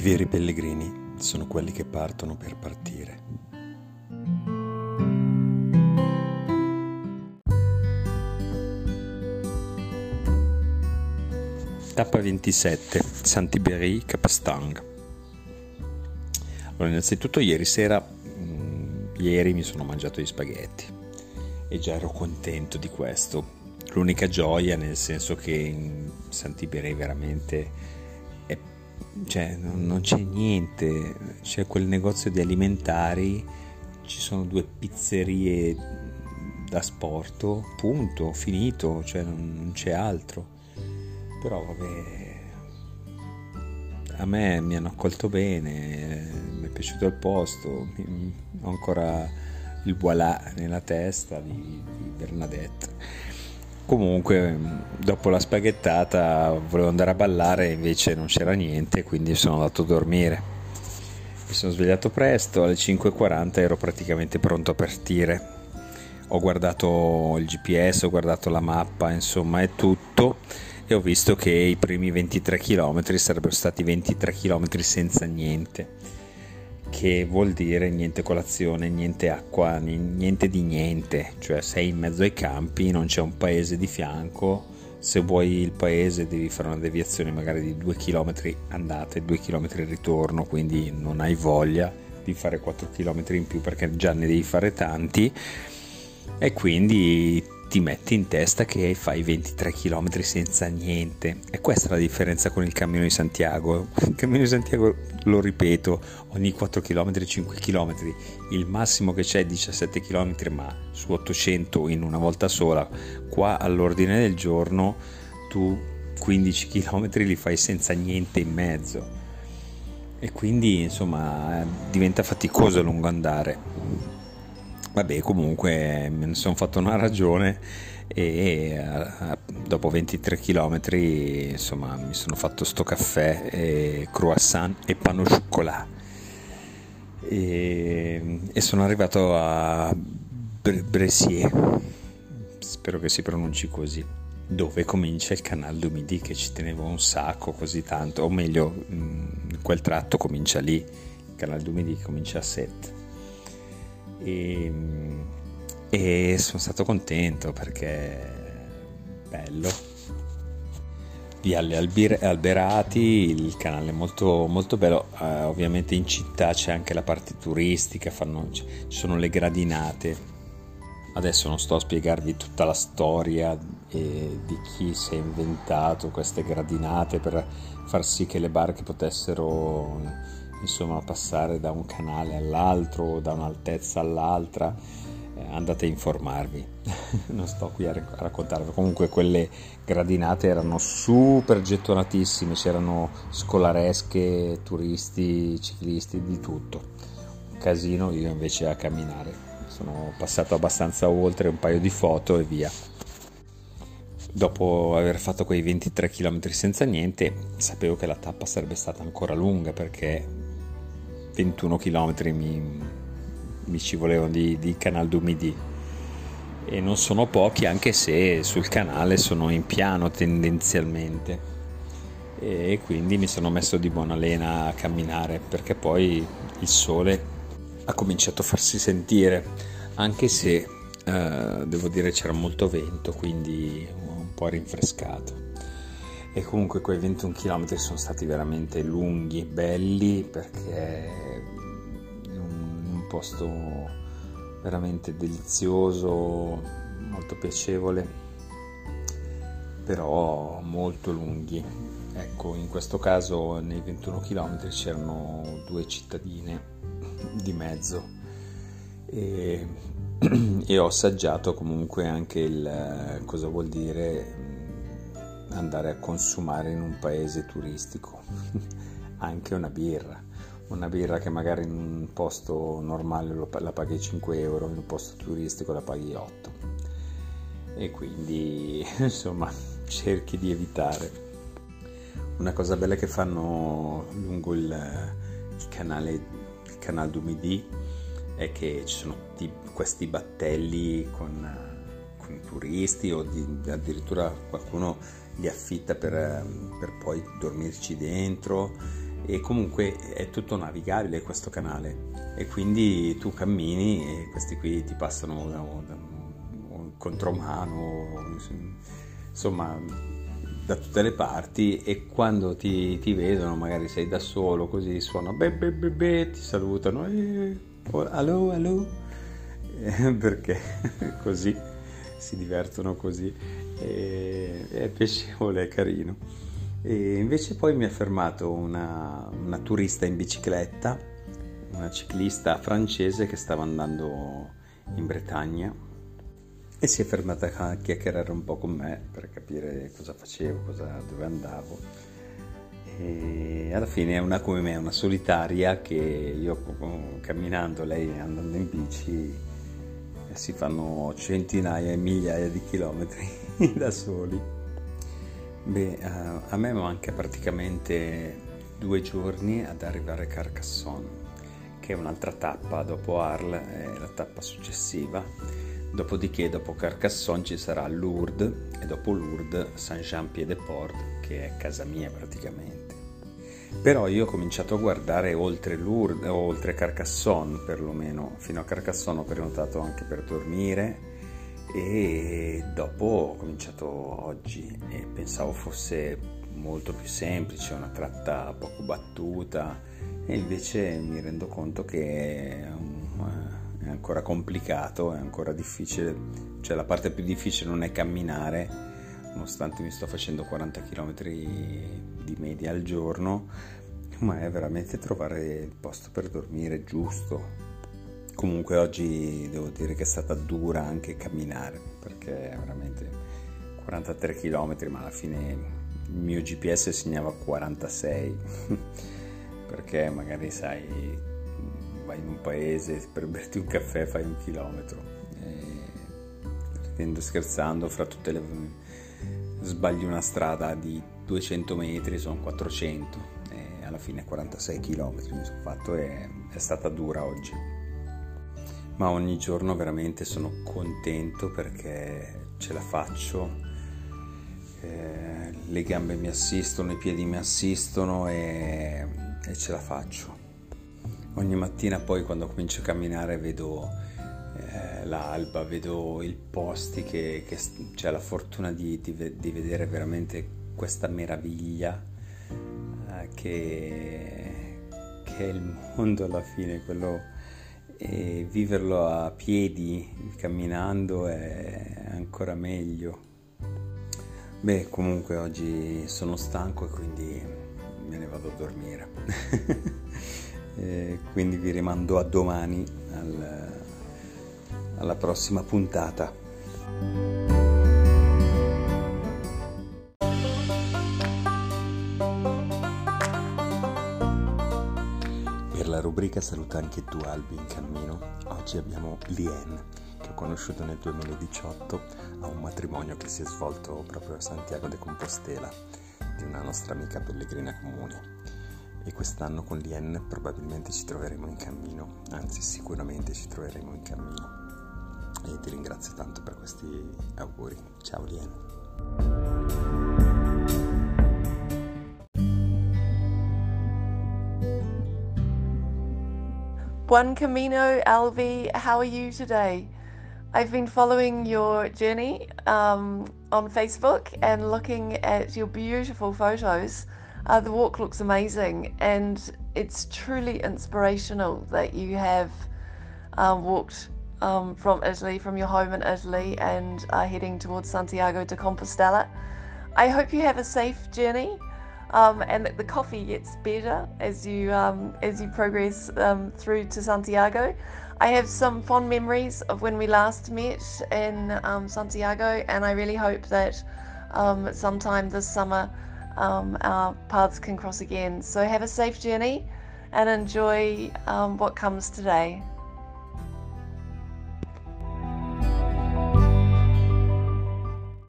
veri pellegrini sono quelli che partono per partire. Tappa 27, Saint-Thibéry-Capestang. Allora, innanzitutto ieri mi sono mangiato gli spaghetti e già ero contento di questo. L'unica gioia, nel senso che in Saint-Thibéry veramente non c'è niente, c'è quel negozio di alimentari, ci sono 2 pizzerie da sport, punto, finito, non c'è altro. Però vabbè, a me mi hanno accolto bene, mi è piaciuto il posto, ho ancora il voilà nella testa di Bernadette. Comunque, dopo la spaghettata volevo andare a ballare, invece non c'era niente, quindi sono andato a dormire. Mi sono svegliato presto, alle 5:40 ero praticamente pronto a partire. Ho guardato il GPS, ho guardato la mappa, insomma è tutto, e ho visto che i primi 23 km sarebbero stati 23 km senza niente, che vuol dire niente colazione, niente acqua, niente di niente, cioè sei in mezzo ai campi, non c'è un paese di fianco. Se vuoi il paese devi fare una deviazione magari di 2 km andata e 2 km ritorno, quindi non hai voglia di fare 4 km in più perché già ne devi fare tanti, e quindi ti metti in testa che fai 23 km senza niente. E questa è la differenza con il Cammino di Santiago. Il Cammino di Santiago, lo ripeto, ogni 4 km, 5 km, il massimo che c'è è 17 km, ma su 800 in una volta sola. Qua all'ordine del giorno tu 15 km li fai senza niente in mezzo, e quindi insomma diventa faticoso a lungo andare. Vabbè, comunque me ne sono fatto una ragione, e dopo 23 km insomma mi sono fatto sto caffè e croissant e pain au chocolat, e sono arrivato a Brécieux, spero che si pronunci così, dove comincia il Canal du Midi, che ci tenevo un sacco, così tanto, o meglio quel tratto comincia lì, il Canal du Midi comincia a 7. E sono stato contento perché è bello. Viale Alberati, il canale è molto, molto bello. Ovviamente in città c'è anche la parte turistica, ci sono le gradinate. Adesso non sto a spiegarvi tutta la storia di chi si è inventato queste gradinate per far sì che le barche potessero insomma passare da un canale all'altro, da un'altezza all'altra. Andate a informarvi. Non sto qui a raccontarvi. Comunque quelle gradinate erano super gettonatissime, c'erano scolaresche, turisti, ciclisti, di tutto, un casino. Io invece a camminare sono passato abbastanza oltre, un paio di foto e via. Dopo aver fatto quei 23 km senza niente, sapevo che la tappa sarebbe stata ancora lunga, perché 21 km mi ci volevano di Canal du Midi, e non sono pochi, anche se sul canale sono in piano tendenzialmente, e quindi mi sono messo di buona lena a camminare, perché poi il sole ha cominciato a farsi sentire, anche se devo dire c'era molto vento, quindi un po' rinfrescato. E comunque quei 21 km sono stati veramente lunghi, belli, perché in un posto veramente delizioso, molto piacevole, però molto lunghi. Ecco, in questo caso nei 21 km c'erano 2 cittadine di mezzo, e ho assaggiato comunque anche il cosa vuol dire andare a consumare in un paese turistico anche una birra che magari in un posto normale la paghi 5 euro, in un posto turistico la paghi 8, e quindi insomma cerchi di evitare. Una cosa bella che fanno lungo il Canal du Midi è che ci sono questi battelli con turisti, o addirittura qualcuno li affitta per poi dormirci dentro, e comunque è tutto navigabile questo canale, e quindi tu cammini e questi qui ti passano da contromano, insomma da tutte le parti, e quando ti vedono, magari sei da solo, così suona ti salutano, allo, perché così si divertono così, è piacevole, è carino. E invece poi mi ha fermato una turista in bicicletta, una ciclista francese che stava andando in Bretagna, e si è fermata a chiacchierare un po' con me per capire cosa facevo, dove andavo. E alla fine è una come me, una solitaria, che io camminando, lei andando in bici, si fanno centinaia e migliaia di chilometri da soli. A me manca praticamente 2 giorni ad arrivare a Carcassonne, che è un'altra tappa dopo Arles, è la tappa successiva. Dopodiché, dopo Carcassonne ci sarà Lourdes, e dopo Lourdes Saint-Jean-Pied-de-Port, che è casa mia praticamente. Però io ho cominciato a guardare oltre Lourdes, oltre Carcassonne perlomeno. Fino a Carcassonne ho prenotato anche per dormire, e dopo ho cominciato oggi e pensavo fosse molto più semplice, una tratta poco battuta, e invece mi rendo conto che è ancora complicato, è ancora difficile. Cioè la parte più difficile non è camminare, nonostante mi sto facendo 40 km di media al giorno, ma è veramente trovare il posto per dormire giusto. Comunque oggi devo dire che è stata dura anche camminare, perché è veramente 43 km, ma alla fine il mio GPS segnava 46 perché magari sai, vai in un paese per berti un caffè, fai 1 chilometro, ridendo, scherzando, fra tutte le sbagli una strada di 200 metri, sono 400, e alla fine 46 km mi sono fatto, e è stata dura oggi, ma ogni giorno veramente sono contento perché ce la faccio, le gambe mi assistono, i piedi mi assistono, e ce la faccio. Ogni mattina poi quando comincio a camminare vedo l'alba, vedo i posti che c'è la fortuna di vedere veramente questa meraviglia che è il mondo alla fine, quello, e viverlo a piedi, camminando, è ancora meglio. Comunque oggi sono stanco e quindi me ne vado a dormire. Quindi vi rimando a domani, alla prossima puntata. Per la rubrica Saluta anche tu Albi in cammino, oggi abbiamo Lien, che ho conosciuto nel 2018 a un matrimonio che si è svolto proprio a Santiago de Compostela, di una nostra amica pellegrina comune. E quest'anno con Lien probabilmente ci troveremo in cammino, anzi sicuramente ci troveremo in cammino. E ti ringrazio tanto per questi auguri. Ciao Lien. Buon Camino, Alvi. How are you today? I've been following your journey on Facebook and looking at your beautiful photos. The walk looks amazing, and it's truly inspirational that you have walked from Italy, from your home in Italy, and are heading towards Santiago de Compostela. I hope you have a safe journey, and that the coffee gets better as you progress through to Santiago. I have some fond memories of when we last met in Santiago, and I really hope that sometime this summer our paths can cross again. So have a safe journey and enjoy what comes today.